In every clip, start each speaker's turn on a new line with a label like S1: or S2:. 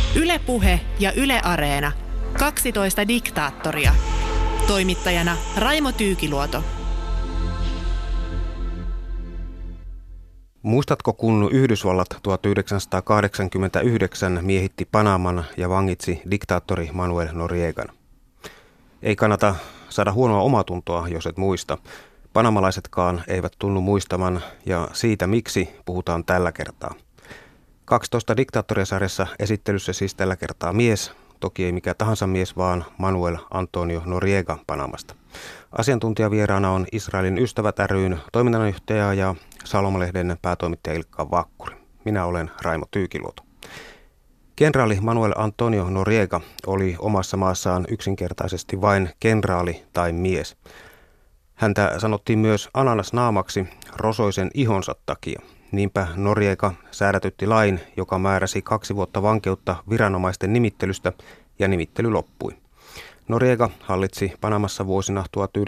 S1: Yle Puhe ja Yle Areena. 12 diktaattoria. Toimittajana Raimo Tyykiluoto.
S2: Muistatko, kun Yhdysvallat 1989 miehitti Panaman ja vangitsi diktaattori Manuel Noriegan? Ei kannata saada huonoa omatuntoa, jos et muista. Panamalaisetkaan eivät tunnu muistavan, ja siitä miksi puhutaan tällä kertaa. 12 diktaattoriasarjassa esittelyssä siis tällä kertaa mies, toki ei mikä tahansa mies, vaan Manuel Antonio Noriega Panamasta. Asiantuntijavieraana on Israelin Ystävät ry:n toiminnanjohtaja ja Sanomalehden päätoimittaja Ilkka Vakkuri. Minä olen Raimo Tyykiluoto. Kenraali Manuel Antonio Noriega oli omassa maassaan yksinkertaisesti vain kenraali tai mies. Häntä sanottiin myös ananasnaamaksi rosoisen ihonsa takia. Niinpä Noriega säädätytti lain, joka määräsi 2 vuotta vankeutta viranomaisten nimittelystä, ja nimittely loppui. Noriega hallitsi Panamassa vuosina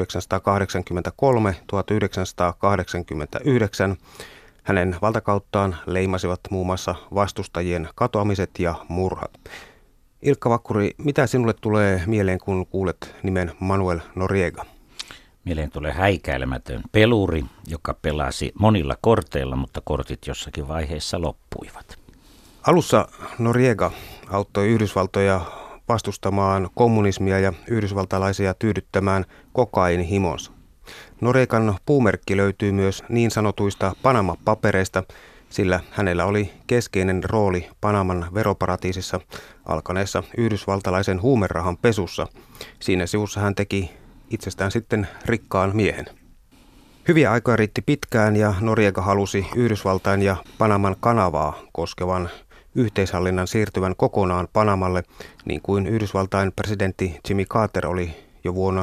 S2: 1983-1989. Hänen valtakauttaan leimasivat muun muassa vastustajien katoamiset ja murhat. Ilkka Vakkuri, mitä sinulle tulee mieleen, kun kuulet nimen Manuel Noriega?
S3: Mieleen tulee häikäilemätön peluri, joka pelasi monilla korteilla, mutta kortit jossakin vaiheessa loppuivat.
S2: Alussa Noriega auttoi Yhdysvaltoja vastustamaan kommunismia ja yhdysvaltalaisia tyydyttämään kokainihimonsa. Noriegan puumerkki löytyy myös niin sanotuista Panama-papereista, sillä hänellä oli keskeinen rooli Panaman veroparatiisissa alkaneessa yhdysvaltalaisen huumerahan pesussa. Siinä sivussa hän teki itsestään sitten rikkaan miehen. Hyviä aikoja riitti pitkään ja Noriega halusi Yhdysvaltain ja Panaman kanavaa koskevan yhteishallinnan siirtyvän kokonaan Panamalle, niin kuin Yhdysvaltain presidentti Jimmy Carter oli jo vuonna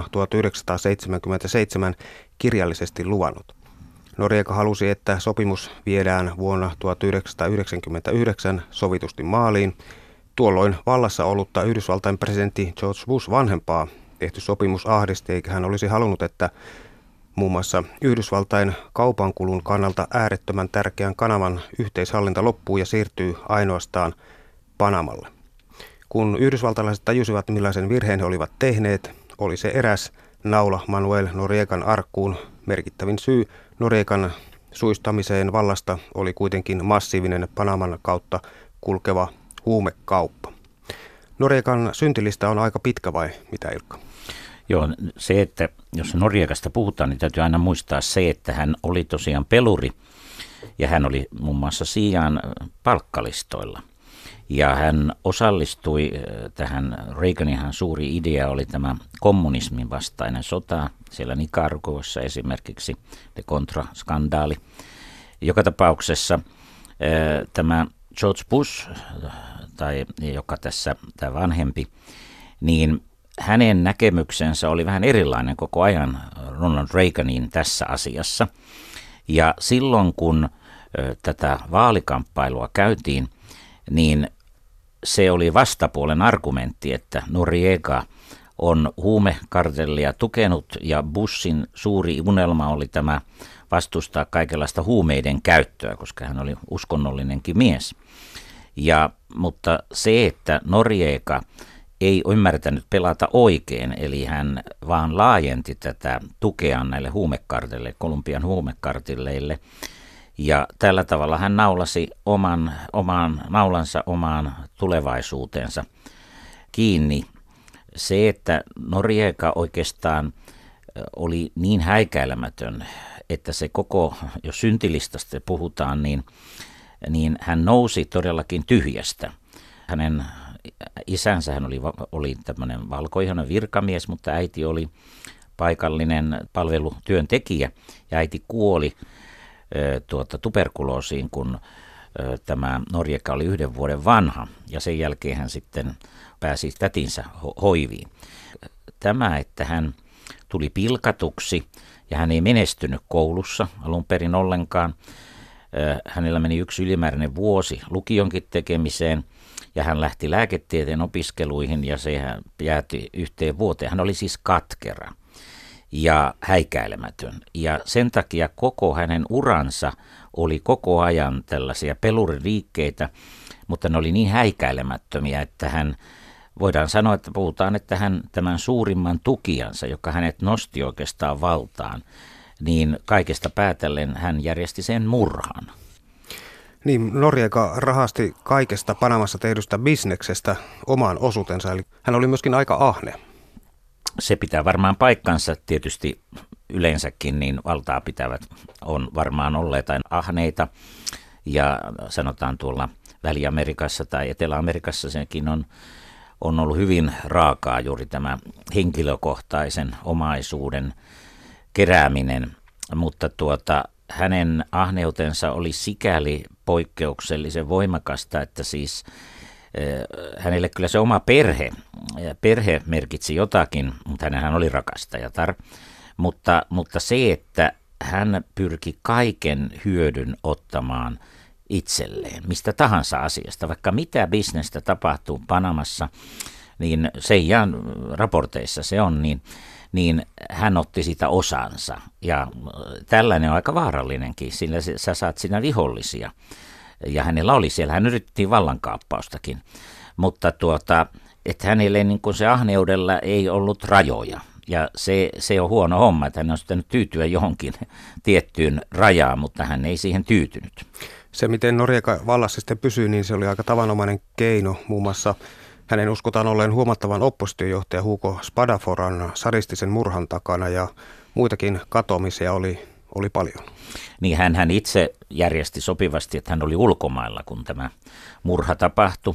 S2: 1977 kirjallisesti luvannut. Noriega halusi, että sopimus viedään vuonna 1999 sovitusti maaliin. Tuolloin vallassa ollutta Yhdysvaltain presidentti George Bush vanhempaa tehty sopimus ahdisti, eikä hän olisi halunnut, että muun muassa Yhdysvaltain kaupankulun kannalta äärettömän tärkeän kanavan yhteishallinta loppuu ja siirtyy ainoastaan Panamalle. Kun yhdysvaltalaiset tajusivat, millaisen virheen he olivat tehneet, oli se eräs naula Manuel Noriegan arkkuun. Merkittävin syy Noriegan suistamiseen vallasta oli kuitenkin massiivinen Panaman kautta kulkeva huumekauppa. Noriegan syntilista on aika pitkä, vai mitä, Ilkka?
S3: Joo, se, että jos Noriegasta puhutaan, niin täytyy aina muistaa se, että hän oli tosiaan peluri ja hän oli muun muassa CIAn palkkalistoilla. Ja hän osallistui tähän, Reaganin suuri idea oli tämä kommunismin vastainen sota, siellä Nicaraguassa esimerkiksi, de Contra-skandaali. Joka tapauksessa tämä George Bush, tai joka tässä tämä vanhempi, niin hänen näkemyksensä oli vähän erilainen koko ajan Ronald Reaganin tässä asiassa. Ja silloin kun tätä vaalikamppailua käytiin, niin se oli vastapuolen argumentti, että Noriega on huumekartellia tukenut ja Bushin suuri unelma oli tämä vastustaa kaikenlaista huumeiden käyttöä, koska hän oli uskonnollinenkin mies. Mutta se, että Noriega ei ymmärtänyt pelata oikein, eli hän vaan laajenti tätä tukea näille huumekartelleille, Kolumbian huumekartilleille. Ja tällä tavalla hän naulasi oman naulansa omaan tulevaisuutensa kiinni. Se, että Noriega oikeastaan oli niin häikäilemätön, että se koko, jos syntilistasta puhutaan, niin hän nousi todellakin tyhjästä. Hänen isänsä hän oli tämmöinen valkoihoinen virkamies, mutta äiti oli paikallinen palvelutyöntekijä ja äiti kuoli tuberkuloosiin, kun tämä Noriega oli 1 vuoden vanha ja sen jälkeen hän sitten pääsi tätinsä hoiviin. Tämä, että hän tuli pilkatuksi ja hän ei menestynyt koulussa alun perin ollenkaan. Hänellä meni 1 ylimääräinen vuosi lukionkin tekemiseen ja hän lähti lääketieteen opiskeluihin ja se jääti 1 vuoteen. Hän oli siis katkera ja häikäilemätön ja sen takia koko hänen uransa oli koko ajan tällaisia peluriliikkeitä, mutta ne oli niin häikäilemättömiä, että voidaan sanoa, että puhutaan, että hän tämän suurimman tukijansa, joka hänet nosti oikeastaan valtaan, niin kaikesta päätellen hän järjesti sen murhan.
S2: Niin, Noriega rahasti kaikesta Panamassa tehdystä bisneksestä omaan osuutensa, eli hän oli myöskin aika ahne.
S3: Se pitää varmaan paikkansa, tietysti yleensäkin niin valtaa pitävät on varmaan olleet ahneita, ja sanotaan tuolla Väli-Amerikassa tai Etelä-Amerikassa sekin on ollut hyvin raakaa juuri tämä henkilökohtaisen omaisuuden kerääminen, mutta hänen ahneutensa oli sikäli poikkeuksellisen voimakasta, että siis hänelle kyllä se oma perhe merkitsi jotakin, mutta hänhän oli rakastajatar, mutta se, että hän pyrki kaiken hyödyn ottamaan itselleen, mistä tahansa asiasta, vaikka mitä bisnestä tapahtuu Panamassa, niin Seijan raporteissa se on, niin hän otti sitä osansa. Ja tällainen on aika vaarallinenkin, sillä sä saat siinä vihollisia. Ja hänellä oli siellä, hän yritti vallankaappaustakin, mutta että hänelle niin kuin se ahneudella ei ollut rajoja. Ja se on huono homma, että hän on sitten tyytyä johonkin tiettyyn rajaan, mutta hän ei siihen tyytynyt.
S2: Se, miten Noriega vallassa sitten pysyi, niin se oli aika tavanomainen keino. Muun muassa hänen uskotaan olleen huomattavan oppositiojohtaja Hugo Spadaforan sadistisen murhan takana, ja muitakin katoamisia oli paljon.
S3: Niin hän itse järjesti sopivasti, että hän oli ulkomailla, kun tämä murha tapahtui.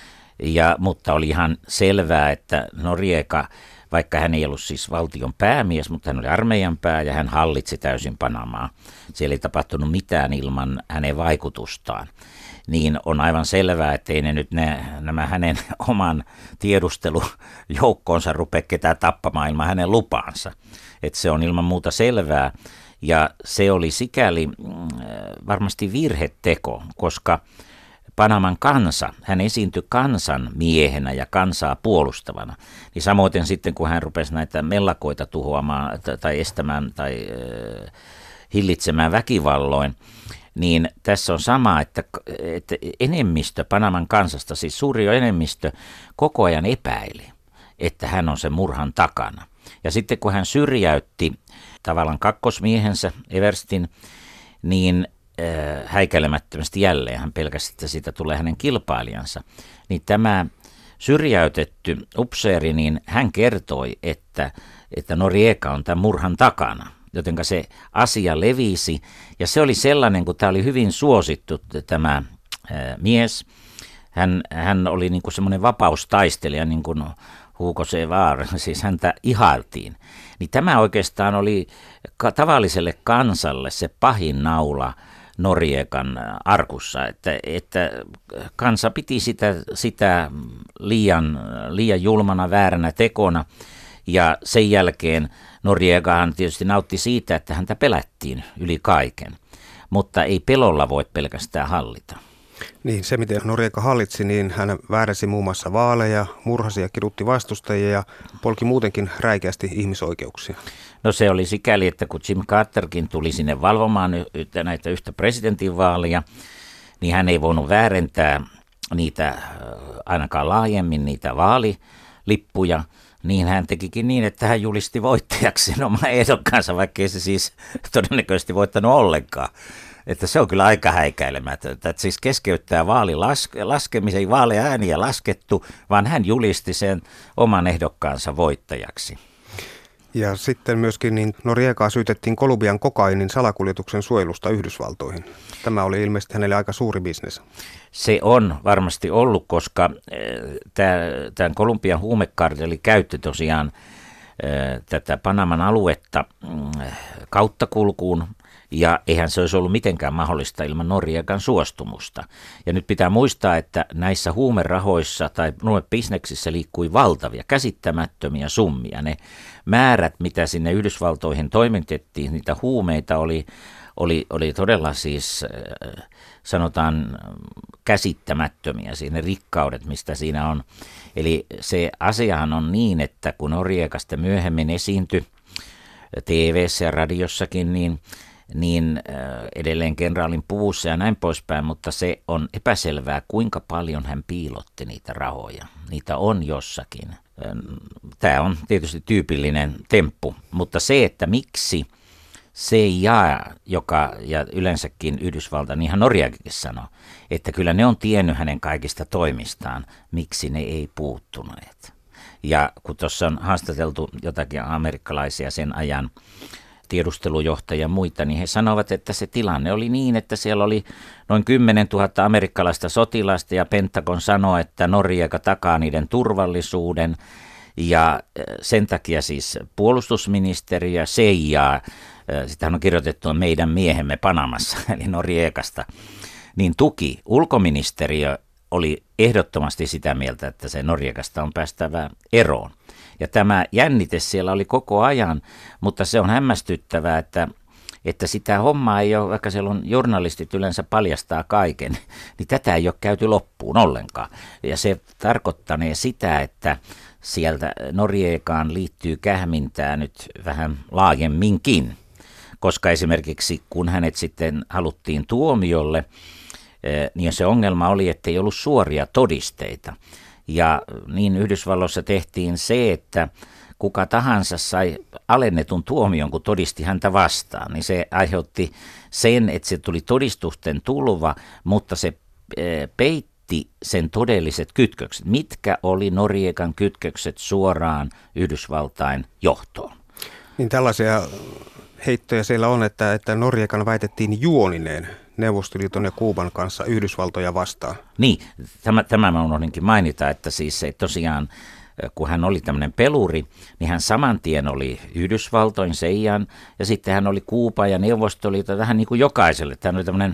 S3: Mutta oli ihan selvää, että Noriega, vaikka hän ei ollut siis valtion päämies, mutta hän oli armeijan pää ja hän hallitsi täysin Panamaa. Siellä ei tapahtunut mitään ilman hänen vaikutustaan. Niin on aivan selvää, ettei ne nyt nämä hänen oman tiedustelujoukkoonsa rupea ketään tappamaan ilman hänen lupaansa. Että se on ilman muuta selvää. Ja se oli sikäli varmasti virheteko, koska Panaman kansa, hän esiintyi kansan miehenä ja kansaa puolustavana. Niin samoin sitten, kun hän rupesi näitä mellakoita tuhoamaan tai estämään tai hillitsemään väkivalloin, niin tässä on sama, että enemmistö Panaman kansasta, siis suuri enemmistö, koko ajan epäili, että hän on sen murhan takana. Ja sitten kun hän syrjäytti tavallaan kakkosmiehensä Everstin, niin häikäilemättömästi jälleen, hän pelkäsi, että siitä tulee hänen kilpailijansa, niin tämä syrjäytetty upseeri, niin hän kertoi, että Noriega on tämän murhan takana, jotenka se asia levisi, ja se oli sellainen, kun tämä oli hyvin suosittu tämä mies, hän oli niin kuin semmoinen vapaustaistelija, niin kuin Hugo Sevar, siis häntä ihailtiin, niin tämä oikeastaan oli tavalliselle kansalle se pahin naula Noriegan arkussa, että kansa piti sitä liian julmana vääränä tekona, ja sen jälkeen Noriegahan tietysti nautti siitä, että häntä pelättiin yli kaiken, mutta ei pelolla voi pelkästään hallita.
S2: Niin, se miten Noriega hallitsi, niin hän vääräsi muun muassa vaaleja, murhasi ja kidutti vastustajia ja polki muutenkin räikeästi ihmisoikeuksia.
S3: No se oli sikäli, että kun Jim Carterkin tuli sinne valvomaan näitä yhtä presidentinvaalia, niin hän ei voinut väärentää niitä ainakaan laajemmin niitä vaalilippuja, niin hän tekikin niin, että hän julisti voittajaksi sen oman ehdokkaansa, vaikkei se siis todennäköisesti voittanut ollenkaan. Että se on kyllä aika häikäilemätöntä, että siis keskeyttää vaalilaskemisen, ei vaaleja ääniä laskettu, vaan hän julisti sen oman ehdokkaansa voittajaksi.
S2: Ja sitten myöskin niin Noriegaa syytettiin Kolumbian kokainin salakuljetuksen suojelusta Yhdysvaltoihin. Tämä oli ilmeisesti hänelle aika suuri bisnes.
S3: Se on varmasti ollut, koska tämän Kolumbian huumekartelli käytti tosiaan tätä Panaman aluetta kauttakulkuun, ja eihän se olisi ollut mitenkään mahdollista ilman Noriegan suostumusta. Ja nyt pitää muistaa, että näissä huumerahoissa tai bisneksissä liikkui valtavia, käsittämättömiä summia. Ne määrät, mitä sinne Yhdysvaltoihin toimitettiin, niitä huumeita oli todella siis, sanotaan, käsittämättömiä, siinä rikkaudet, mistä siinä on. Eli se asiahan on niin, että kun Noriega sitten myöhemmin esiintyi TV:ssä ja radiossakin, niin niin edelleen kenraalin puvussa ja näin poispäin, mutta se on epäselvää, kuinka paljon hän piilotti niitä rahoja. Niitä on jossakin. Tämä on tietysti tyypillinen temppu, mutta se, että miksi CIA, ja yleensäkin Yhdysvaltain, niin ihan Norjakin sanoi, että kyllä ne on tiennyt hänen kaikista toimistaan, miksi ne ei puuttuneet. Ja kun tuossa on haastateltu jotakin amerikkalaisia sen ajan tiedustelujohtajia ja muita, niin he sanovat, että se tilanne oli niin, että siellä oli noin 10 000 amerikkalaista sotilasta ja Pentagon sanoi, että Noriega takaa niiden turvallisuuden ja sen takia siis puolustusministeriö ja CIA, sitähän on kirjoitettu meidän miehemme Panamassa, eli Noriegasta, niin tuki. Ulkoministeriö oli ehdottomasti sitä mieltä, että se Noriegasta on päästävä eroon. Ja tämä jännite siellä oli koko ajan, mutta se on hämmästyttävää, että sitä hommaa ei ole, vaikka siellä on journalistit yleensä paljastaa kaiken, niin tätä ei ole käyty loppuun ollenkaan. Ja se tarkoittanee sitä, että sieltä Noriegaan liittyy kähmintää nyt vähän laajemminkin, koska esimerkiksi kun hänet sitten haluttiin tuomiolle, niin se ongelma oli, että ei ollut suoria todisteita. Ja niin Yhdysvalloissa tehtiin se, että kuka tahansa sai alennetun tuomion, kun todisti häntä vastaan, niin se aiheutti sen, että se tuli todistusten tulva, mutta se peitti sen todelliset kytkökset. Mitkä oli Noriegan kytkökset suoraan Yhdysvaltain johtoon? Niin
S2: tällaisia heittoja siellä on, että Noriegan väitettiin juonineen Neuvostoliiton ja Kuuban kanssa Yhdysvaltoja vastaan.
S3: Niin, tämä mä unohdinkin mainita, että siis se tosiaan, kun hän oli tämmöinen peluri, niin hän saman tien oli Yhdysvaltoin, CIAn, ja sitten hän oli Kuuba ja Neuvostoliiton, vähän niin kuin jokaiselle. Tämä oli tämmöinen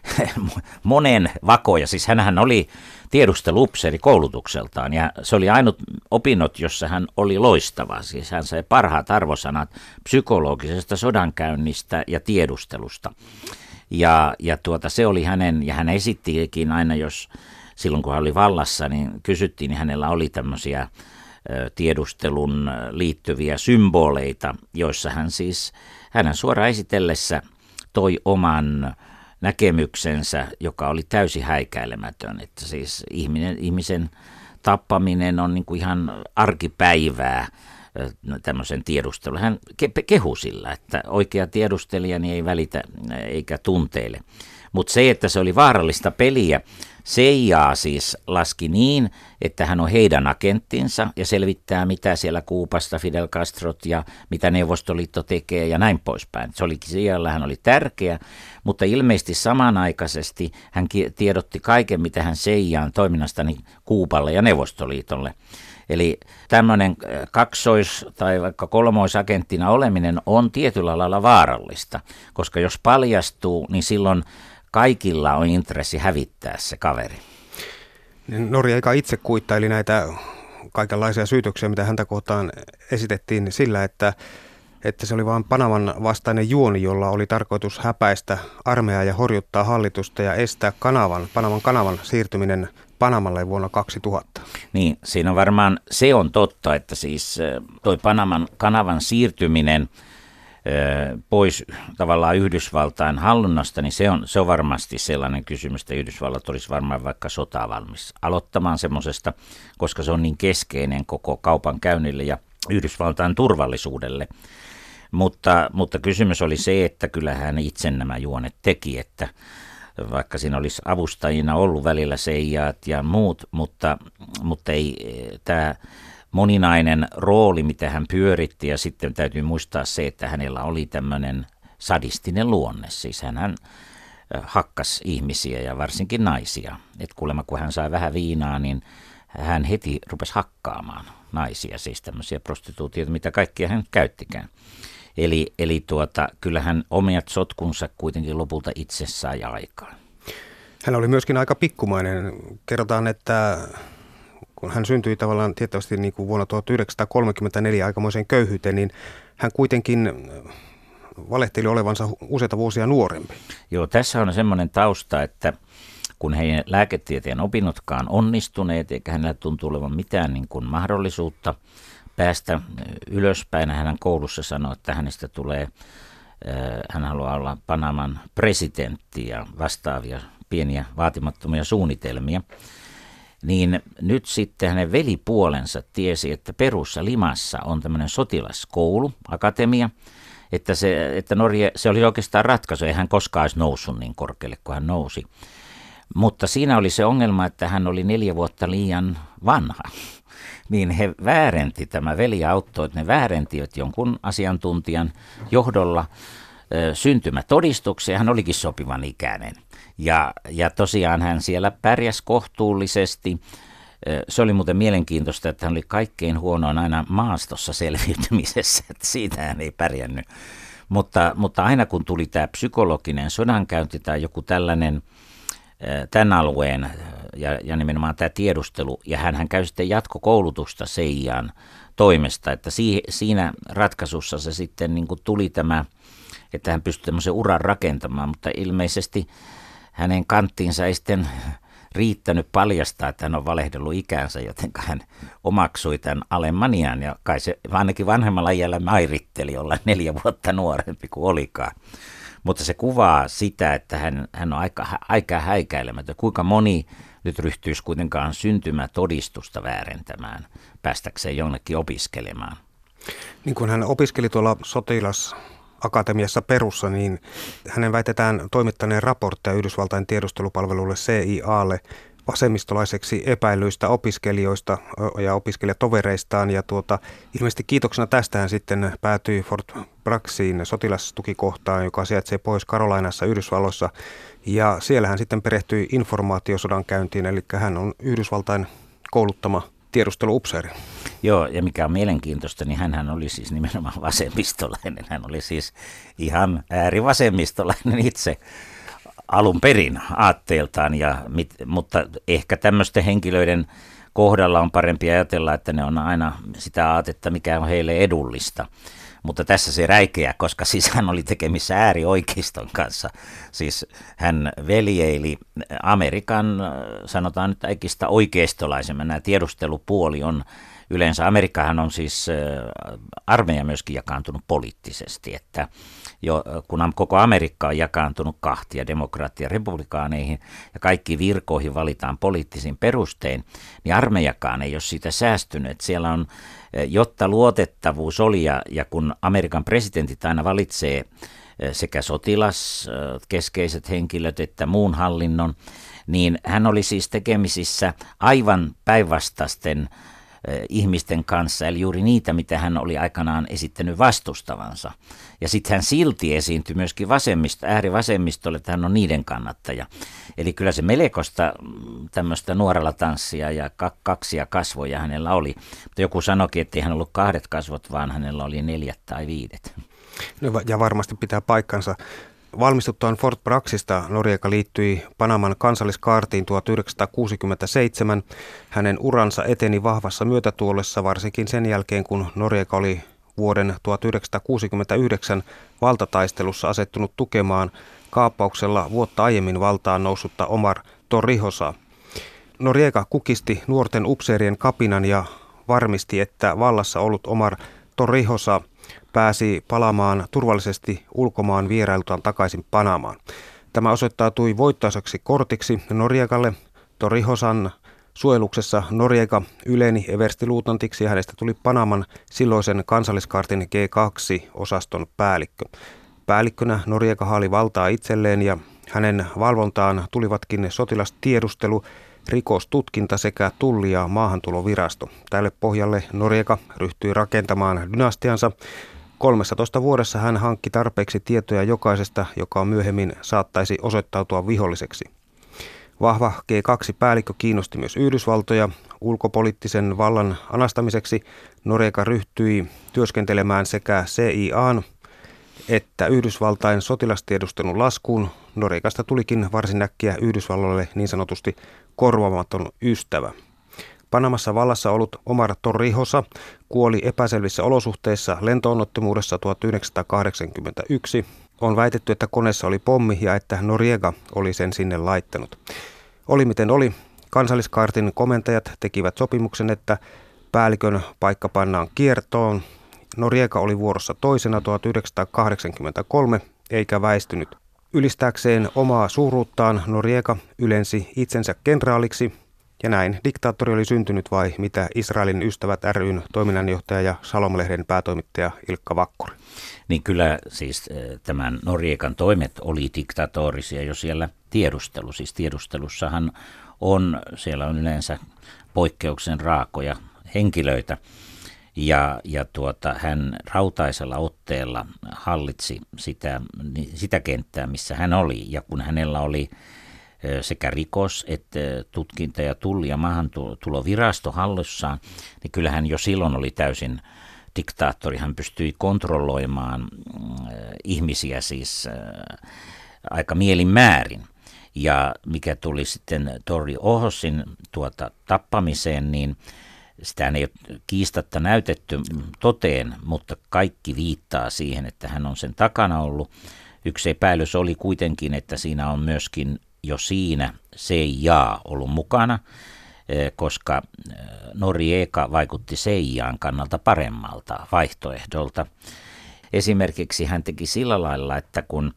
S3: monen vakoja, siis hänhän oli tiedusteluupseeri koulutukseltaan, ja se oli ainut opinnot, jossa hän oli loistava. Siis hän sai parhaat arvosanat psykologisesta sodankäynnistä ja tiedustelusta. Ja se oli hänen, ja hän esittikin aina, jos silloin kun hän oli vallassa, niin kysyttiin, niin hänellä oli tämmöisiä tiedustelun liittyviä symboleita, joissa hän siis, hänen suoraan esitellessä toi oman näkemyksensä, joka oli täysin häikäilemätön, että siis ihmisen tappaminen on niin kuin ihan arkipäivää, tämmöisen tiedustelun. Hän kehui sillä, että oikea tiedustelija niin ei välitä eikä tunteile. Mutta se, että se oli vaarallista peliä, CIA siis laski niin, että hän on heidän agenttinsa ja selvittää, mitä siellä Kuubasta Fidel Castrot ja mitä Neuvostoliitto tekee ja näin poispäin. Se oli siellä, hän oli tärkeä, mutta ilmeisesti samanaikaisesti hän tiedotti kaiken, mitä hän CIAn toiminnasta niin Kuuballe ja Neuvostoliitolle. Eli tämmöinen kaksois- tai vaikka kolmoisagenttina oleminen on tietyllä lailla vaarallista, koska jos paljastuu, niin silloin kaikilla on intressi hävittää se kaveri.
S2: Noriega itse kuittaili näitä kaikenlaisia syytöksiä, mitä häntä kohtaan esitettiin sillä, että se oli vain Panaman vastainen juoni, jolla oli tarkoitus häpäistä armeijaa ja horjuttaa hallitusta ja estää Panaman kanavan siirtyminen Panamalle vuonna 2000.
S3: Niin, siinä on varmaan, se on totta, että siis toi Panaman kanavan siirtyminen pois tavallaan Yhdysvaltain hallunnasta, niin se on varmasti sellainen kysymys, että Yhdysvallat olisi varmaan vaikka sotaa valmis aloittamaan semmoisesta, koska se on niin keskeinen koko kaupan käynnille ja Yhdysvaltain turvallisuudelle. Mutta kysymys oli se, että kyllähän itse nämä juonet teki, että vaikka siinä olisi avustajina ollut välillä CIAt ja muut, mutta ei tämä moninainen rooli, mitä hän pyöritti, ja sitten täytyy muistaa se, että hänellä oli tämmöinen sadistinen luonne, siis hän hakkas ihmisiä ja varsinkin naisia. Et kuulemma kun hän sai vähän viinaa, niin hän heti rupesi hakkaamaan naisia, siis tämmöisiä prostituutioita, mitä kaikkia hän käyttikään. Eli kyllähän omiat sotkunsa kuitenkin lopulta itse sai aikaan.
S2: Hän oli myöskin aika pikkumainen. Kerrotaan, että kun hän syntyi tavallaan tietysti niin kuin vuonna 1934 aikamoiseen köyhyyteen, niin hän kuitenkin valehteli olevansa useita vuosia nuorempi.
S3: Joo, tässä on semmoinen tausta, että kun heidän lääketieteen opinnotkaan onnistuneet, eikä hänellä tuntuu olevan mitään niin kuin mahdollisuutta päästä ylöspäin. Hän koulussa sanoi, että hänestä tulee Hän haluaa olla Panaman presidentti ja vastaavia pieniä vaatimattomia suunnitelmia. Niin nyt sitten hänen velipuolensa tiesi, että Perussa Limassa on tämmöinen sotilaskoulu, akatemia, että se oli oikeastaan ratkaisu, ei hän koskaan olisi noussut niin korkealle kuin hän nousi. Mutta siinä oli se ongelma, että hän oli 4 vuotta liian vanha. Niin he väärenti, tämä veli auttoi, että ne väärentivät jonkun asiantuntijan johdolla syntymätodistuksia. Hän olikin sopivan ikäinen. Ja tosiaan hän siellä pärjäsi kohtuullisesti. Se oli muuten mielenkiintoista, että hän oli kaikkein huonoin aina maastossa selviytymisessä, että siitä hän ei pärjännyt. Mutta aina kun tuli tämä psykologinen sodankäynti tai joku tällainen tämän alueen ja nimenomaan tämä tiedustelu, ja hän käy sitten jatkokoulutusta CIAn toimesta, että siinä ratkaisussa se sitten niin kuin tuli tämä, että hän pystyi tämmöisen uran rakentamaan, mutta ilmeisesti hänen kanttiinsa ei sitten riittänyt paljastaa, että hän on valehdellut ikänsä, joten hän omaksui tämän alemanian, ja kai se ainakin vanhemmalla iällä mairitteli olla 4 vuotta nuorempi kuin olikaan. Mutta se kuvaa sitä, että hän on aika häikäilemätön. Kuinka moni nyt ryhtyisi kuitenkaan syntymätodistusta väärentämään, päästäkseen jonnekin opiskelemaan.
S2: Niin kun hän opiskeli tuolla sotilasakatemiassa Perussa, niin hänen väitetään toimittaneen raportteja Yhdysvaltain tiedustelupalvelulle CIAlle vasemmistolaiseksi epäilyistä opiskelijoista ja opiskelijatovereistaan. Ja ilmeisesti kiitoksena tästä hän sitten päätyi Fort Braggiin sotilastukikohtaan, joka sijaitsee Pohjois-Carolinassa Yhdysvalloissa. Ja siellä hän sitten perehtyi informaatiosodan käyntiin, eli hän on Yhdysvaltain kouluttama tiedusteluupseeri.
S3: Joo, ja mikä on mielenkiintoista, niin hänhän oli siis nimenomaan vasemmistolainen. Hän oli siis ihan äärivasemmistolainen itse alun perin aatteeltaan, mutta ehkä tämmöisten henkilöiden kohdalla on parempi ajatella, että ne on aina sitä aatetta, mikä on heille edullista. Mutta tässä se räikeä, koska siis hän oli tekemissä äärioikeiston kanssa. Siis hän veljeili Amerikan, sanotaan nyt äikistä oikeistolaisemman. Nämä tiedustelupuoli on yleensä, Amerikkahan on siis armeija myöskin jakaantunut poliittisesti, että kun koko Amerikka on jakaantunut 2, demokraattia republikaaneihin ja kaikki virkoihin valitaan poliittisin perustein, niin armeijakaan ei ole siitä säästynyt. Siellä on, jotta luotettavuus oli, ja kun Amerikan presidentit aina valitsee sekä sotilaskeskeiset henkilöt että muun hallinnon, niin hän oli siis tekemisissä aivan päinvastaisten ihmisten kanssa, eli juuri niitä, mitä hän oli aikanaan esittänyt vastustavansa. Ja sitten hän silti esiintyi myöskin äärivasemmistolle, että hän on niiden kannattaja. Eli kyllä se melkoista tämmöistä nuorella tanssia ja 2 kasvoja hänellä oli. Mutta joku sanoikin, että ei hän ollut 2 kasvot, vaan hänellä oli 4 tai 5.
S2: No, ja varmasti pitää paikkansa. Valmistuttuaan Fort Braggista Noriega liittyi Panaman kansalliskaartiin 1967. Hänen uransa eteni vahvassa myötätuolessa varsinkin sen jälkeen, kun Noriega oli vuoden 1969 valtataistelussa asettunut tukemaan kaappauksella vuotta aiemmin valtaan noussutta Omar Torrijosaa. Noriega kukisti nuorten upseerien kapinan ja varmisti, että vallassa ollut Omar Torrijosa pääsi palaamaan turvallisesti ulkomaan vierailtaan takaisin Panamaan. Tämä osoittautui voittoisaksi kortiksi Noriegalle. Torrijosan suojeluksessa Noriega yleni everstiluutnantiksi ja hänestä tuli Panaman silloisen kansalliskaartin G2-osaston päällikkö. Päällikkönä Noriega haali valtaa itselleen ja hänen valvontaan tulivatkin sotilastiedustelu, rikostutkinta sekä tulli- ja maahantulovirasto. Tälle pohjalle Noriega ryhtyi rakentamaan dynastiansa. 13 vuodessa hän hankki tarpeeksi tietoja jokaisesta, joka myöhemmin saattaisi osoittautua viholliseksi. Vahva G2-päällikkö kiinnosti myös Yhdysvaltoja. Ulkopoliittisen vallan anastamiseksi Noriega ryhtyi työskentelemään sekä CIA:n että Yhdysvaltain sotilastiedustelun laskuun. Noriegasta tulikin varsin äkkiä Yhdysvalloille niin sanotusti korvaamaton ystävä. Panamassa vallassa ollut Omar Torrijosa kuoli epäselvissä olosuhteissa lentoonnettomuudessa 1981. On väitetty, että koneessa oli pommi ja että Noriega oli sen sinne laittanut. Oli miten oli, kansalliskaartin komentajat tekivät sopimuksen, että päällikön paikka pannaan kiertoon Noriega oli vuorossa toisena 1983 eikä väistynyt. Ylistääkseen omaa suuruuttaan Noriega ylensi itsensä kenraaliksi, ja näin diktaattori oli syntynyt, vai mitä Israelin ystävät ry:n toiminnanjohtaja ja Shalom-lehden päätoimittaja Ilkka Vakkuri?
S3: Niin kyllä siis tämän Noriegan toimet oli diktatorisia jo siellä Siis tiedustelussahan siellä on yleensä poikkeuksen raakoja henkilöitä. Ja hän rautaisella otteella hallitsi sitä kenttää, missä hän oli. Ja kun hänellä oli sekä rikos että tutkinta ja tulli- ja maahantulovirasto hallussaan, niin kyllähän jo silloin oli täysin diktaattori. Hän pystyi kontrolloimaan ihmisiä siis aika mielin määrin. Ja mikä tuli sitten Tori Ohosin tappamiseen, niin sitä ei ole kiistatta näytetty toteen, mutta kaikki viittaa siihen, että hän on sen takana ollut. Yksi epäilys oli kuitenkin, että siinä on myöskin jo siinä CIA ollut mukana, koska Noriega vaikutti CIAn kannalta paremmalta vaihtoehdolta. Esimerkiksi hän teki sillä lailla, että kun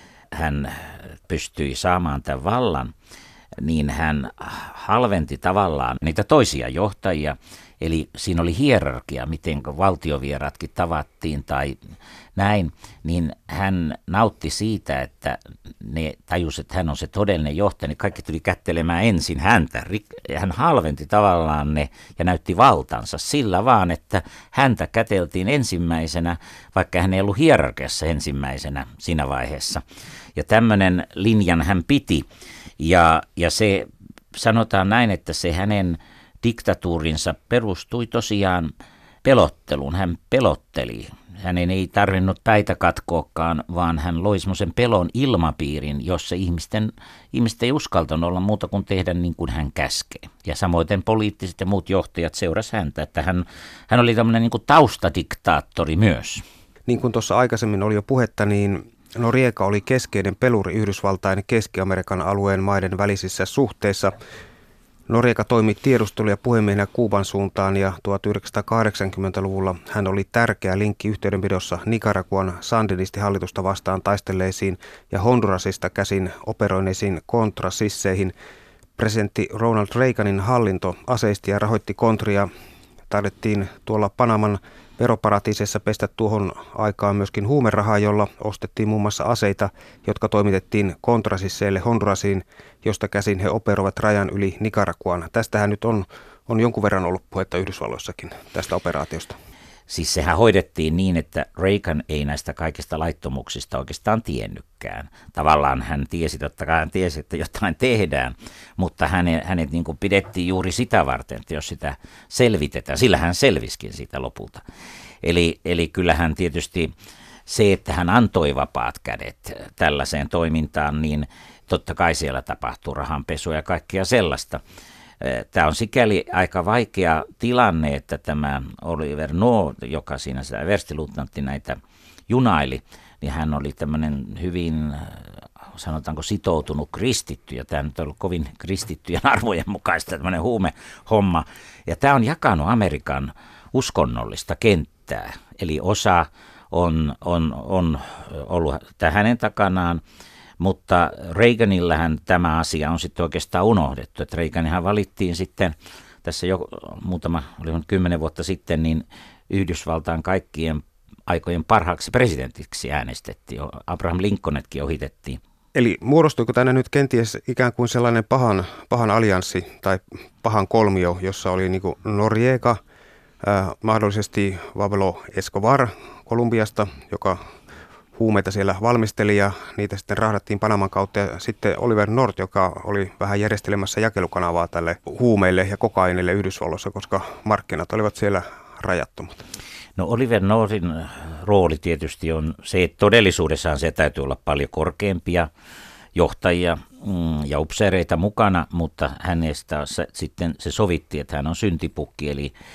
S3: hän pystyi saamaan tämän vallan, niin hän halventi tavallaan niitä toisia johtajia. Eli siinä oli hierarkia, miten valtiovieraatkin tavattiin tai näin, niin hän nautti siitä, että ne tajusi, että hän on se todellinen johtaja, niin kaikki tuli kättelemään ensin häntä. Hän halventi tavallaan ne ja näytti valtansa sillä vaan, että häntä käteltiin ensimmäisenä, vaikka hän ei ollut hierarkiassa ensimmäisenä siinä vaiheessa. Ja tämmöinen linjan hän piti. Ja se sanotaan näin, että se hänen diktatuurinsa perustui tosiaan pelotteluun. Hän pelotteli. Hänen ei tarvinnut päitä katkoakaan, vaan hän loi semmoisen pelon ilmapiirin, jossa ihmiset ei uskaltanut olla muuta kuin tehdä niin kuin hän käskee. Ja samoin poliittiset ja muut johtajat seurasi häntä, että hän oli tämmöinen niin kuin taustadiktaattori myös.
S2: Niin kuin tuossa aikaisemmin oli jo puhetta, niin Noriega oli keskeinen peluri Yhdysvaltain Keski-Amerikan alueen maiden välisissä suhteissa. Noriega toimi tiedustelu- ja puhemiehenä Kuuban suuntaan, ja 1980-luvulla hän oli tärkeä linkki yhteydenpidossa Nicaraguan sandinistihallitusta vastaan taistelleisiin ja Hondurasista käsin operoineisiin kontrasisseihin. Presidentti Ronald Reaganin hallinto aseisti ja rahoitti kontria. Taidettiin tuolla Panaman veroparatiiseissa pestä tuohon aikaan myöskin huumerahaa, jolla ostettiin muun muassa aseita, jotka toimitettiin kontrasisseille Hondurasiin, josta käsin he operoivat rajan yli Nicaraguaan. Tästähän nyt on jonkun verran ollut puhetta Yhdysvalloissakin tästä operaatiosta.
S3: Siis sehän hoidettiin niin, että Reagan ei näistä kaikista laittomuuksista oikeastaan tiennytkään. Tavallaan hän tiesi, että jotain tehdään, mutta hänet niin kuin pidettiin juuri sitä varten, että jos sitä selvitetään, sillä hän selviskin siitä lopulta. Eli kyllähän tietysti se, että hän antoi vapaat kädet tällaiseen toimintaan, niin totta kai siellä tapahtuu rahanpesua ja kaikkea sellaista. Tämä on sikäli aika vaikea tilanne, että tämä Oliver North, joka siinä sitä everstiluutnantti näitä junaili, niin hän oli tämmöinen hyvin, sanotaanko, sitoutunut kristitty, ja tämä nyt on ollut kovin kristittyjen arvojen mukaista tämmöinen huumehomma. Ja tämä on jakanut Amerikan uskonnollista kenttää, eli osa on ollut hänen takanaan, mutta Reaganillähän tämä asia on sitten oikeastaan unohdettu, että Reaganihan valittiin sitten tässä jo 10 vuotta sitten, niin Yhdysvaltain kaikkien aikojen parhaaksi presidentiksi äänestettiin. Abraham Lincolnetkin ohitettiin.
S2: Eli muodostuiko tänne nyt kenties ikään kuin sellainen pahan allianssi tai pahan kolmio, jossa oli niin kuin Noriega, mahdollisesti Pablo Escobar Kolumbiasta, joka huumeita siellä valmisteli ja niitä sitten rahdattiin Panaman kautta, ja sitten Oliver North, joka oli vähän järjestelemässä jakelukanavaa tälle huumeille ja kokainille Yhdysvalloissa, koska markkinat olivat siellä rajattomat.
S3: No Oliver Northin rooli tietysti on se, että todellisuudessaan se täytyy olla paljon korkeampia johtajia ja upseereita mukana, mutta hänestä sitten se sovittiin, että hän on syntipukki,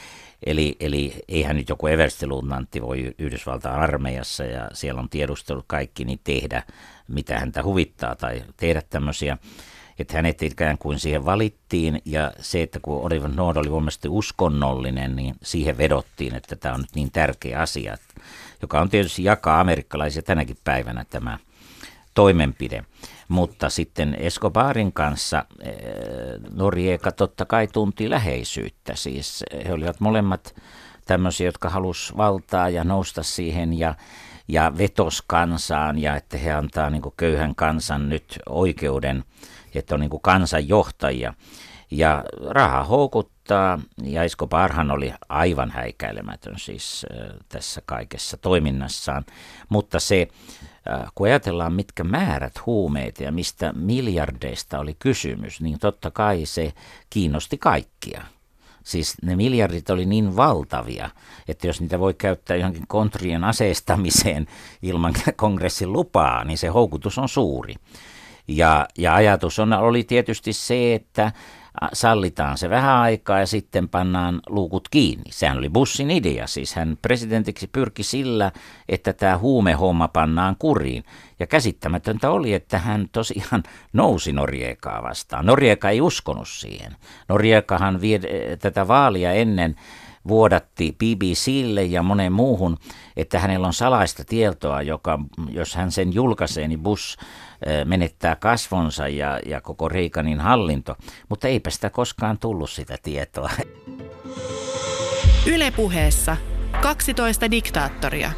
S3: Eli eihän nyt joku everstiluutnantti voi Yhdysvaltain armeijassa ja siellä on tiedustelut kaikki, niin tehdä mitä häntä huvittaa tai tehdä tämmöisiä. että hänet ikään kuin siihen valittiin, ja se, että kun Oliver North oli huomattavasti uskonnollinen, niin siihen vedottiin, että tämä on nyt niin tärkeä asia, joka on tietysti jakaa amerikkalaisia tänäkin päivänä tämä toimenpide. Mutta sitten Escobarin kanssa Noriega totta kai tunti läheisyyttä, siis he olivat molemmat tämmöisiä, jotka halusi valtaa ja nousta siihen ja vetos kansaan, ja että he antaa niin kuin köyhän kansan nyt oikeuden, että on niin kuin kansanjohtajia. Ja raha houkuttaa, ja Escobarhan oli aivan häikäilemätön siis tässä kaikessa toiminnassaan. Mutta se, kun ajatellaan mitkä määrät huumeita ja mistä miljardeista oli kysymys, niin totta kai se kiinnosti kaikkia. Siis ne miljardit oli niin valtavia, että jos niitä voi käyttää johonkin kontrien aseistamiseen ilman kongressin lupaa, niin se houkutus on suuri. Ja ajatus oli tietysti se, että sallitaan se vähän aikaa ja sitten pannaan luukut kiinni. Sehän oli Bushin idea, siis hän presidentiksi pyrki sillä, että tämä huumehomma pannaan kuriin. Ja käsittämätöntä oli, että hän tosiaan nousi Noriegaa vastaan. Noriega ei uskonut siihen. Noriegahan tätä vaalia ennen vuodatti BBClle ja moneen muuhun, että hänellä on salaista tietoa, joka, jos hän sen julkaisee, niin Bush menettää kasvonsa ja koko Reaganin hallinto. Mutta eipä sitä koskaan tullut sitä tietoa.
S1: Yle Puheessa 12 diktaattoria.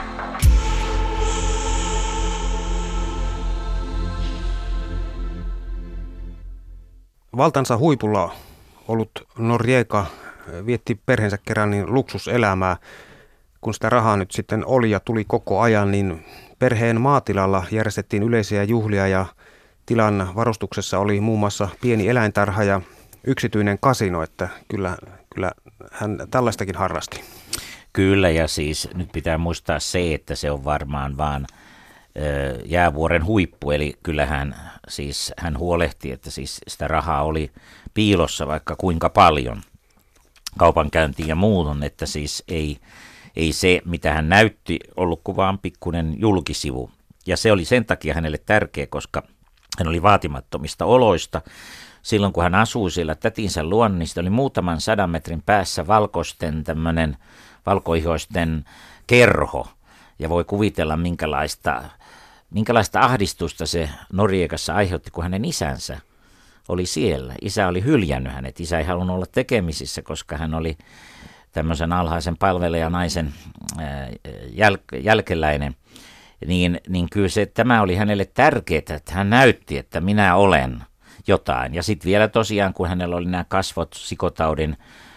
S2: Valtansa huipulla ollut Noriega vietti perheensä kerran niin luksuselämää. Kun sitä rahaa nyt sitten oli ja tuli koko ajan, niin perheen maatilalla järjestettiin yleisiä juhlia ja tilan varustuksessa oli muun muassa pieni eläintarha ja yksityinen kasino, että kyllä hän tällaistakin harrasti.
S3: Kyllä, ja siis nyt pitää muistaa se, että se on varmaan vaan jäävuoren huippu, eli kyllähän siis hän huolehti, että siis sitä rahaa oli piilossa vaikka kuinka paljon kaupankäyntiin ja muuten, että siis ei se, mitä hän näytti, ollut kuin vaan pikkuinen julkisivu. Ja se oli sen takia hänelle tärkeä, koska hän oli vaatimattomista oloista. Silloin kun hän asui siellä tätinsä luona, niin oli muutaman 100 metrin päässä valkoihoisten kerho. Ja voi kuvitella, minkälaista ahdistusta se Noriegassa aiheutti, kun hänen isänsä oli siellä. Isä oli hyljännyt hänet. Isä ei halunnut olla tekemisissä, koska hän oli tämmöisen alhaisen palvelijanaisen jälkeläinen. Niin kyllä tämä oli hänelle tärkeää, että hän näytti, että minä olen jotain. Ja sitten vielä tosiaan, kun hänellä oli nämä kasvot sikotaudin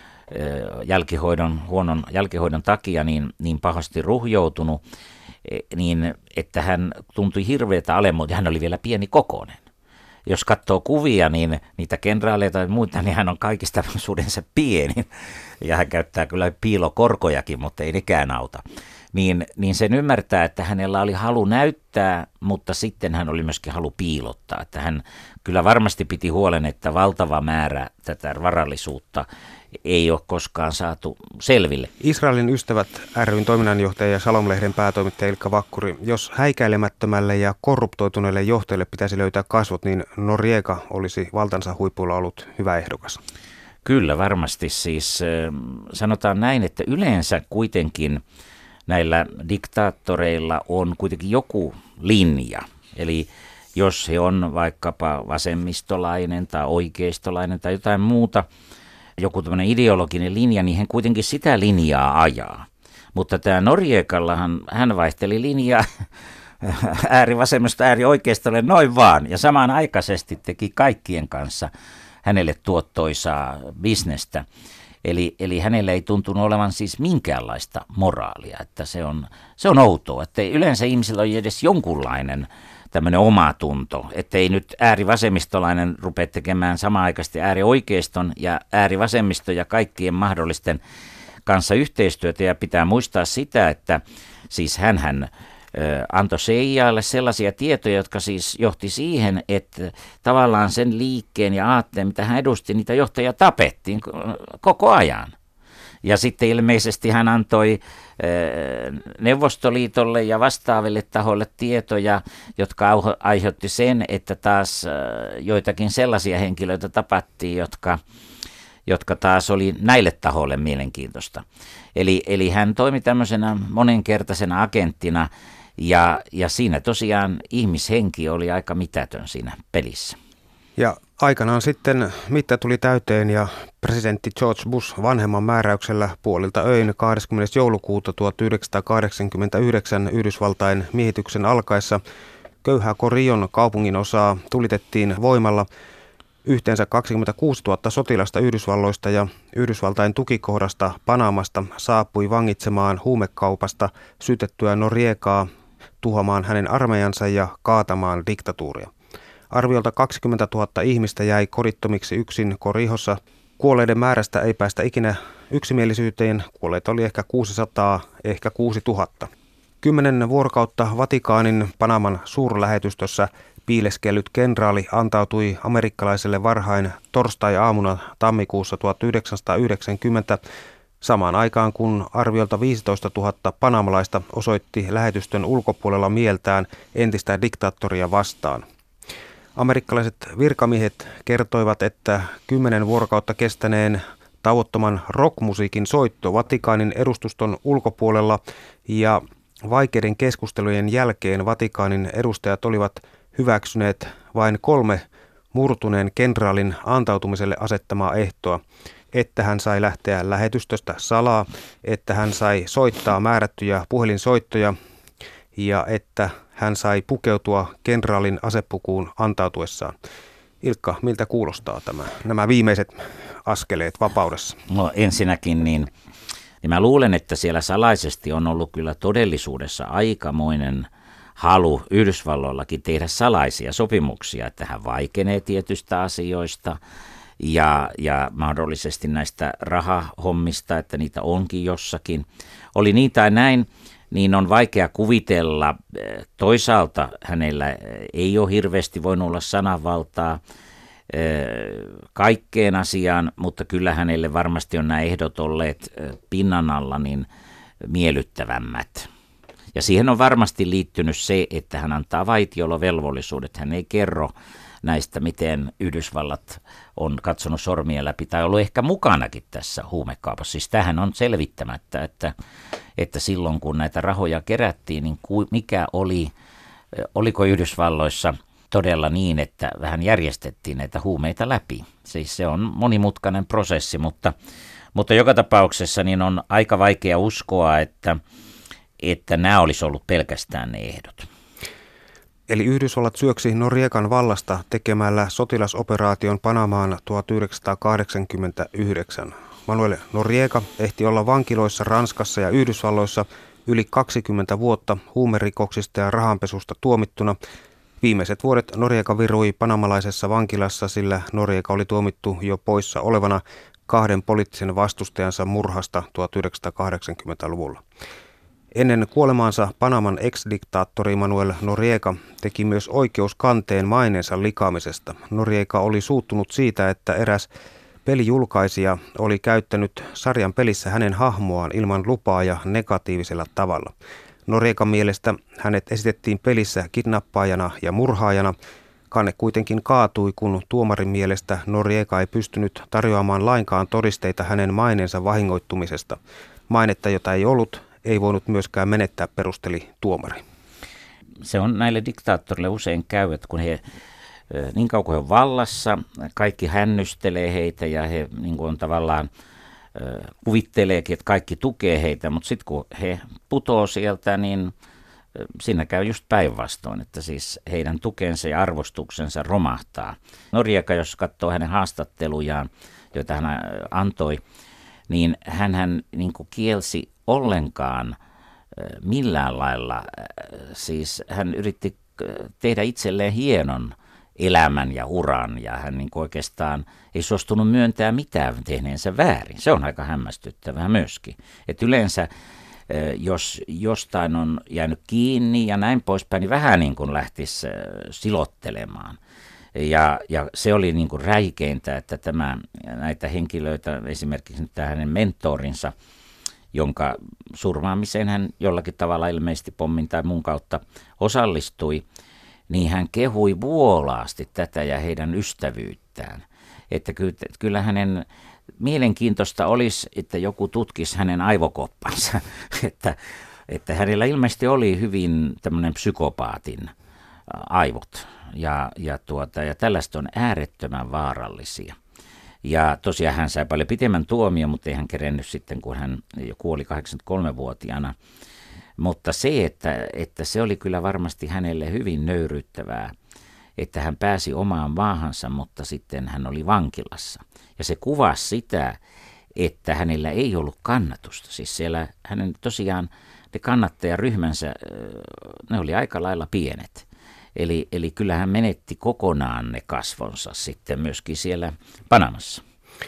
S3: huonon jälkihoidon takia niin pahasti ruhjoutunut, niin että hän tuntui hirveätä alemmuutta, ja hän oli vielä pieni kokoinen. Jos katsoo kuvia, niin niitä kenraaleita tai muita, niin hän on kaikista suudensa pieni. Ja hän käyttää kyllä piilokorkojakin, mutta ei nekään auta. Niin sen ymmärtää, että hänellä oli halu näyttää, mutta sitten hän oli myöskin halu piilottaa. Että hän kyllä varmasti piti huolen, että valtava määrä tätä varallisuutta ei ole koskaan saatu selville.
S2: Israelin ystävät ry:n toiminnanjohtaja ja Shalom-lehden päätoimittaja Ilkka Vakkuri. Jos häikäilemättömälle ja korruptoituneelle johtajalle pitäisi löytää kasvot, niin Noriega olisi valtansa huipulla ollut hyvä ehdokas.
S3: Kyllä varmasti. Siis sanotaan näin, että yleensä kuitenkin näillä diktaattoreilla on kuitenkin joku linja. Eli jos he on vaikkapa vasemmistolainen tai oikeistolainen tai jotain muuta, joku tämmöinen ideologinen linja, niin hän kuitenkin sitä linjaa ajaa. Mutta tämä Noriegallahan, hän vaihteli linjaa äärivasemmasta äärioikeistolle noin vaan, ja samanaikaisesti teki kaikkien kanssa hänelle tuottoisaa bisnestä. Eli hänellä ei tuntunut olevan siis minkäänlaista moraalia, että se on outoa, että yleensä ihmisillä on edes jonkunlainen tämmöinen omatunto, ettei nyt äärivasemmistolainen rupea tekemään samanaikaisesti äärioikeiston ja äärivasemmisto ja kaikkien mahdollisten kanssa yhteistyötä, ja pitää muistaa sitä, että siis hänhän antoi CIAlle sellaisia tietoja, jotka siis johti siihen, että tavallaan sen liikkeen ja aatteen, mitä hän edusti, niitä johtajia tapettiin koko ajan. Ja sitten ilmeisesti hän antoi Neuvostoliitolle ja vastaaville tahoille tietoja, jotka aiheutti sen, että taas joitakin sellaisia henkilöitä tapattiin, jotka taas oli näille tahoille mielenkiintoista. Eli hän toimi tämmöisenä monenkertaisena agenttina ja siinä tosiaan ihmishenki oli aika mitätön siinä pelissä.
S2: Ja aikanaan sitten mitta tuli täyteen ja presidentti George Bush vanhemman määräyksellä puolilta öin 20. joulukuuta 1989 Yhdysvaltain miehityksen alkaessa köyhää Corion kaupungin osaa tulitettiin voimalla. Yhteensä 26 000 sotilasta Yhdysvalloista ja Yhdysvaltain tukikohdasta Panamasta saapui vangitsemaan huumekaupasta syytettyä Noriegaa, tuhoamaan hänen armeijansa ja kaatamaan diktatuuria. Arviolta 20 000 ihmistä jäi kodittomiksi yksin Corijossa. Kuolleiden määrästä ei päästä ikinä yksimielisyyteen. Kuolleita oli ehkä 600, ehkä 6000. 10 vuorokautta Vatikaanin Panaman suurlähetystössä piileskellyt kenraali antautui amerikkalaiselle varhain torstai-aamuna tammikuussa 1990 samaan aikaan, kun arviolta 15 000 panamalaista osoitti lähetystön ulkopuolella mieltään entistä diktaattoria vastaan. Amerikkalaiset virkamiehet kertoivat, että 10 vuorokautta kestäneen tauottoman rockmusiikin soitto Vatikaanin edustuston ulkopuolella ja vaikeiden keskustelujen jälkeen Vatikaanin edustajat olivat hyväksyneet vain 3 murtuneen kenraalin antautumiselle asettamaa ehtoa, että hän sai lähteä lähetystöstä salaa, että hän sai soittaa määrättyjä puhelinsoittoja ja että hän sai pukeutua kenraalin asepukuun antautuessaan. Ilkka, miltä kuulostaa nämä viimeiset askeleet vapaudessa?
S3: No ensinnäkin niin mä luulen, että siellä salaisesti on ollut kyllä todellisuudessa aikamoinen halu Yhdysvalloillakin tehdä salaisia sopimuksia, että hän vaikenee tietystä asioista ja mahdollisesti näistä rahahommista, että niitä onkin jossakin. Oli niin tai näin, niin on vaikea kuvitella. Toisaalta hänellä ei ole hirveästi voinut olla sananvaltaa kaikkeen asiaan, mutta kyllä hänelle varmasti on nämä ehdot olleet pinnan alla niin miellyttävämmät. Ja siihen on varmasti liittynyt se, että hän antaa vaitiolovelvollisuudet. Hän ei kerro näistä, miten Yhdysvallat on katsonut sormien läpi tai ollut ehkä mukanakin tässä huumekaupassa. Siis tämähän on selvittämättä, että silloin kun näitä rahoja kerättiin, niin oliko Yhdysvalloissa todella niin, että vähän järjestettiin näitä huumeita läpi. Siis se on monimutkainen prosessi, mutta joka tapauksessa niin on aika vaikea uskoa, että nämä olisi ollut pelkästään ne ehdot.
S2: Eli Yhdysvallat syöksi Noriegan vallasta tekemällä sotilasoperaation Panamaan 1989. Manuel Noriega ehti olla vankiloissa Ranskassa ja Yhdysvalloissa yli 20 vuotta huumerikoksista ja rahanpesusta tuomittuna. Viimeiset vuodet Noriega virui panamalaisessa vankilassa, sillä Noriega oli tuomittu jo poissa olevana 2 poliittisen vastustajansa murhasta 1980-luvulla. Ennen kuolemaansa Panaman ex-diktaattori Manuel Noriega teki myös oikeuskanteen maineensa likaamisesta. Noriega oli suuttunut siitä, että eräs pelijulkaisija oli käyttänyt sarjan pelissä hänen hahmoaan ilman lupaa ja negatiivisella tavalla. Noriegan mielestä hänet esitettiin pelissä kidnappaajana ja murhaajana. Kanne kuitenkin kaatui, kun tuomarin mielestä Noriega ei pystynyt tarjoamaan lainkaan todisteita hänen maineensa vahingoittumisesta. Mainetta, jota ei ollut, ei voinut myöskään menettää, perusteli tuomari.
S3: Se on näille diktaattorille usein käy, että kun he niin kauan kuin he on vallassa, kaikki hännystelee heitä ja he niin kuin on tavallaan kuvitteleekin, että kaikki tukee heitä, mutta sitten kun he putoo sieltä, niin siinä käy just päinvastoin, että siis heidän tukensa ja arvostuksensa romahtaa. Noriega, jos katsoo hänen haastattelujaan, joita hän antoi, niin hän niin kuin kielsi ollenkaan millään lailla, siis hän yritti tehdä itselleen hienon elämän ja uran ja hän niin kuin oikeastaan ei suostunut myöntää mitään tehneensä väärin. Se on aika hämmästyttävää myöskin. Et yleensä jos jostain on jäänyt kiinni ja näin poispäin, niin vähän niin kuin lähtisi silottelemaan. Ja se oli niin kuin räikeintä, että näitä henkilöitä, esimerkiksi nyt tämä hänen mentorinsa, jonka surmaamiseen hän jollakin tavalla ilmeisesti pommin tai mun kautta osallistui, niin hän kehui vuolaasti tätä ja heidän ystävyyttään. Että kyllä hänen mielenkiintoista olisi, että joku tutkisi hänen aivokoppansa, että hänellä ilmeisesti oli hyvin tämmöinen psykopaatin aivot ja tällaista on äärettömän vaarallisia. Ja tosiaan hän sai paljon pitemmän tuomion, mutta ei hän kerennyt sitten, kun hän jo kuoli 83-vuotiaana. Mutta se, että se oli kyllä varmasti hänelle hyvin nöyryyttävää, että hän pääsi omaan maahansa, mutta sitten hän oli vankilassa. Ja se kuvasi sitä, että hänellä ei ollut kannatusta. Siis siellä hänen tosiaan ne kannattajaryhmänsä, ne oli aika lailla pienet. Eli kyllä hän menetti kokonaan ne kasvonsa sitten myöskin siellä Panamassa.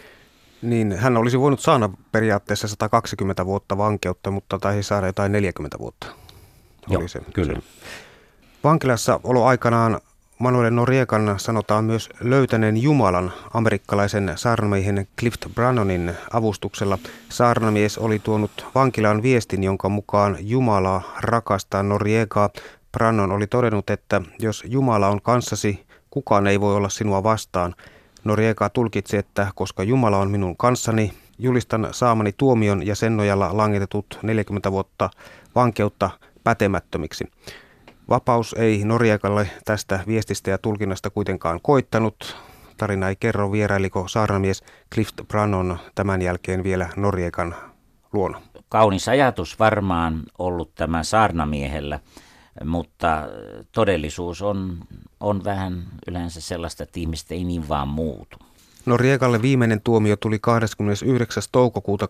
S2: Niin, hän olisi voinut saada periaatteessa 120 vuotta vankeutta, mutta taisi saada jotain 40 vuotta.
S3: Joo, kyllä.
S2: Vankilassa oloaikanaan Manuel Noriegan sanotaan myös löytäneen Jumalan amerikkalaisen saarnamiehen Clift Brannonin avustuksella. Saarnamies oli tuonut vankilaan viestin, jonka mukaan Jumala rakastaa Noriegaa. Brannon oli todennut, että jos Jumala on kanssasi, kukaan ei voi olla sinua vastaan. Noriega tulkitsi, että koska Jumala on minun kanssani, julistan saamani tuomion ja sen nojalla langetetut 40 vuotta vankeutta pätemättömiksi. Vapaus ei Noriegalle tästä viestistä ja tulkinnasta kuitenkaan koittanut. Tarina ei kerro, vierailiko saarnamies Clift Brannon tämän jälkeen vielä Noriegan luona.
S3: Kaunis ajatus varmaan ollut tämä saarnamiehellä, mutta todellisuus on vähän yleensä sellaista, että ihmiset ei niin vaan muutu.
S2: Noriegalle viimeinen tuomio tuli 29. toukokuuta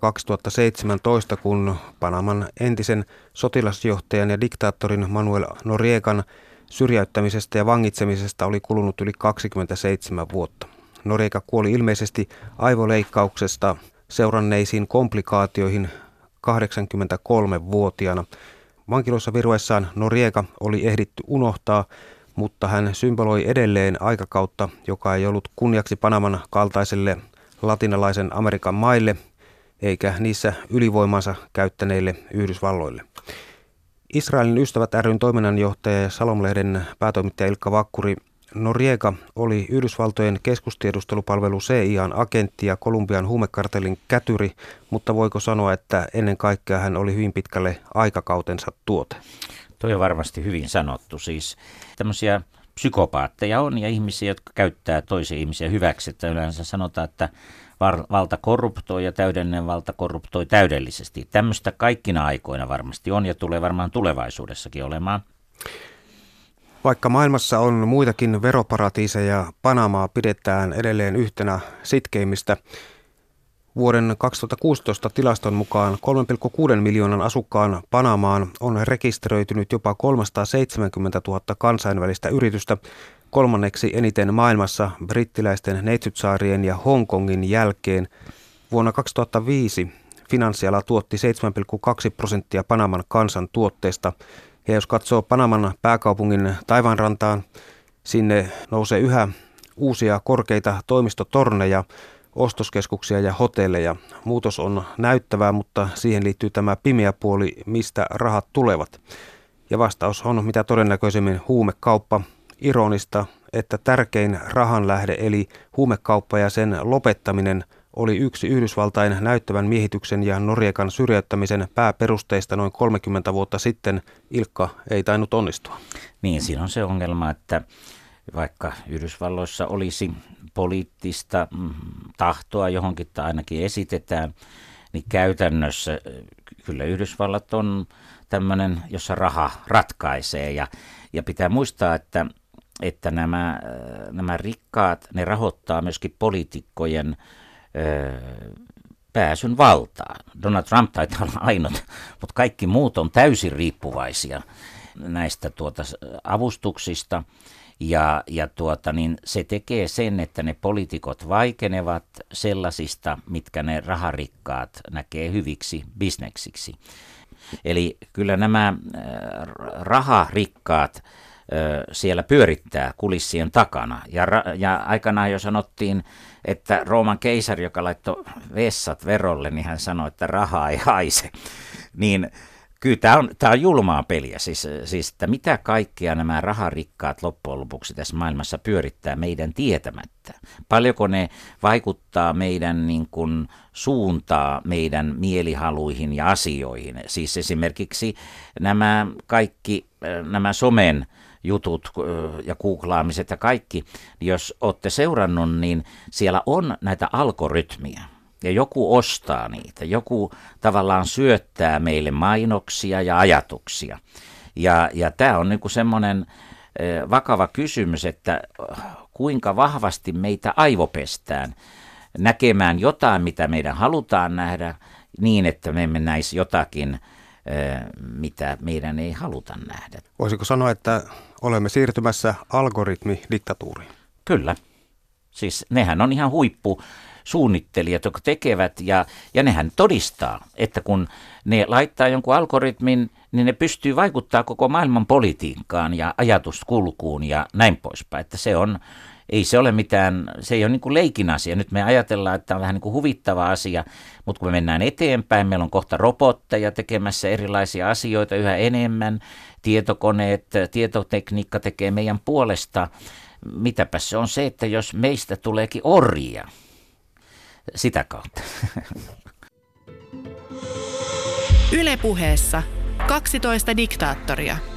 S2: 2017, kun Panaman entisen sotilasjohtajan ja diktaattorin Manuel Noriegan syrjäyttämisestä ja vangitsemisesta oli kulunut yli 27 vuotta. Noriega kuoli ilmeisesti aivoleikkauksesta seuranneisiin komplikaatioihin 83-vuotiaana. Vankiloissa viruessaan Noriega oli ehditty unohtaa, mutta hän symboloi edelleen aikakautta, joka ei ollut kunniaksi Panaman kaltaiselle latinalaisen Amerikan maille, eikä niissä ylivoimansa käyttäneille Yhdysvalloille. Israelin ystävät ry:n toiminnanjohtaja ja Salom-lehden päätoimittaja Ilkka Vakkuri: Noriega oli Yhdysvaltojen keskustiedustelupalvelu CIA:n agentti ja Kolumbian huumekartellin kätyri, mutta voiko sanoa, että ennen kaikkea hän oli hyvin pitkälle aikakautensa tuote?
S3: Toi on varmasti hyvin sanottu. Siis tämmöisiä psykopaatteja on ja ihmisiä, jotka käyttää toisia ihmisiä hyväksi. Että yleensä sanotaan, että valta korruptoi ja täydellinen valta korruptoi täydellisesti. Tämmöistä kaikkina aikoina varmasti on ja tulee varmaan tulevaisuudessakin olemaan.
S2: Vaikka maailmassa on muitakin veroparatiiseja, Panamaa pidetään edelleen yhtenä sitkeimmistä. Vuoden 2016 tilaston mukaan 3,6 miljoonan asukkaan Panamaan on rekisteröitynyt jopa 370 000 kansainvälistä yritystä, kolmanneksi eniten maailmassa brittiläisten Neitsytsaarien ja Hongkongin jälkeen. Vuonna 2005 finanssiala tuotti 7,2% Panaman kansantuotteesta. Ja jos katsoo Panaman pääkaupungin taivaanrantaan, sinne nousee yhä uusia korkeita toimistotorneja, ostoskeskuksia ja hotelleja. Muutos on näyttävää, mutta siihen liittyy tämä pimeä puoli, mistä rahat tulevat. Ja vastaus on mitä todennäköisemmin huumekauppa. Ironista, että tärkein rahanlähde eli huumekauppa ja sen lopettaminen oli yksi Yhdysvaltain näyttävän miehityksen ja Noriegan syrjäyttämisen pääperusteista noin 30 vuotta sitten. Ilkka, ei tainnut onnistua.
S3: Niin, siinä on se ongelma, että vaikka Yhdysvalloissa olisi poliittista tahtoa johonkin tai ainakin esitetään, niin käytännössä kyllä Yhdysvallat on tämmöinen, jossa raha ratkaisee. Ja pitää muistaa, että nämä rikkaat, ne rahoittaa myöskin poliitikkojen pääsyn valtaan. Donald Trump taitaa olla ainut, mutta kaikki muut on täysin riippuvaisia näistä avustuksista. Ja niin se tekee sen, että ne poliitikot vaikenevat sellaisista, mitkä ne raharikkaat näkee hyviksi bisneksiksi. Eli kyllä nämä raharikkaat siellä pyörittää kulissien takana. Ja aikanaan jo sanottiin, että Rooman keisari, joka laittoi vessat verolle, niin hän sanoi, että raha ei haise. Niin kyllä tämä on julmaa peliä, siis että mitä kaikkea nämä raharikkaat loppujen lopuksi tässä maailmassa pyörittää meidän tietämättä. Paljonko ne vaikuttaa meidän niin kuin suuntaa meidän mielihaluihin ja asioihin. Siis esimerkiksi nämä kaikki nämä somen jutut ja googlaamiset ja kaikki, jos olette seurannut, niin siellä on näitä algoritmia. Ja joku ostaa niitä, joku tavallaan syöttää meille mainoksia ja ajatuksia. Ja tämä on niinku semmoinen vakava kysymys, että kuinka vahvasti meitä aivopestään näkemään jotain, mitä meidän halutaan nähdä, niin että me emme näisi jotakin, mitä meidän ei haluta nähdä.
S2: Voisiko sanoa, että olemme siirtymässä algoritmidiktatuuriin?
S3: Kyllä. Siis nehän on ihan huippusuunnittelijat, jotka tekevät, ja nehän todistaa, että kun ne laittaa jonkun algoritmin, niin ne pystyy vaikuttaa koko maailman politiikkaan ja ajatuskulkuun ja näin poispäin. Että ei se ole mitään, se ei ole niin kuin leikin asia. Nyt me ajatellaan, että on vähän niin kuin huvittava asia, mutta kun me mennään eteenpäin, meillä on kohta robotteja tekemässä erilaisia asioita yhä enemmän, tietokoneet, tietotekniikka tekee meidän puolesta. Mitäpä se on se, että jos meistä tuleekin orjia sitä kautta.
S1: Yle Puheessa 12 diktaattoria.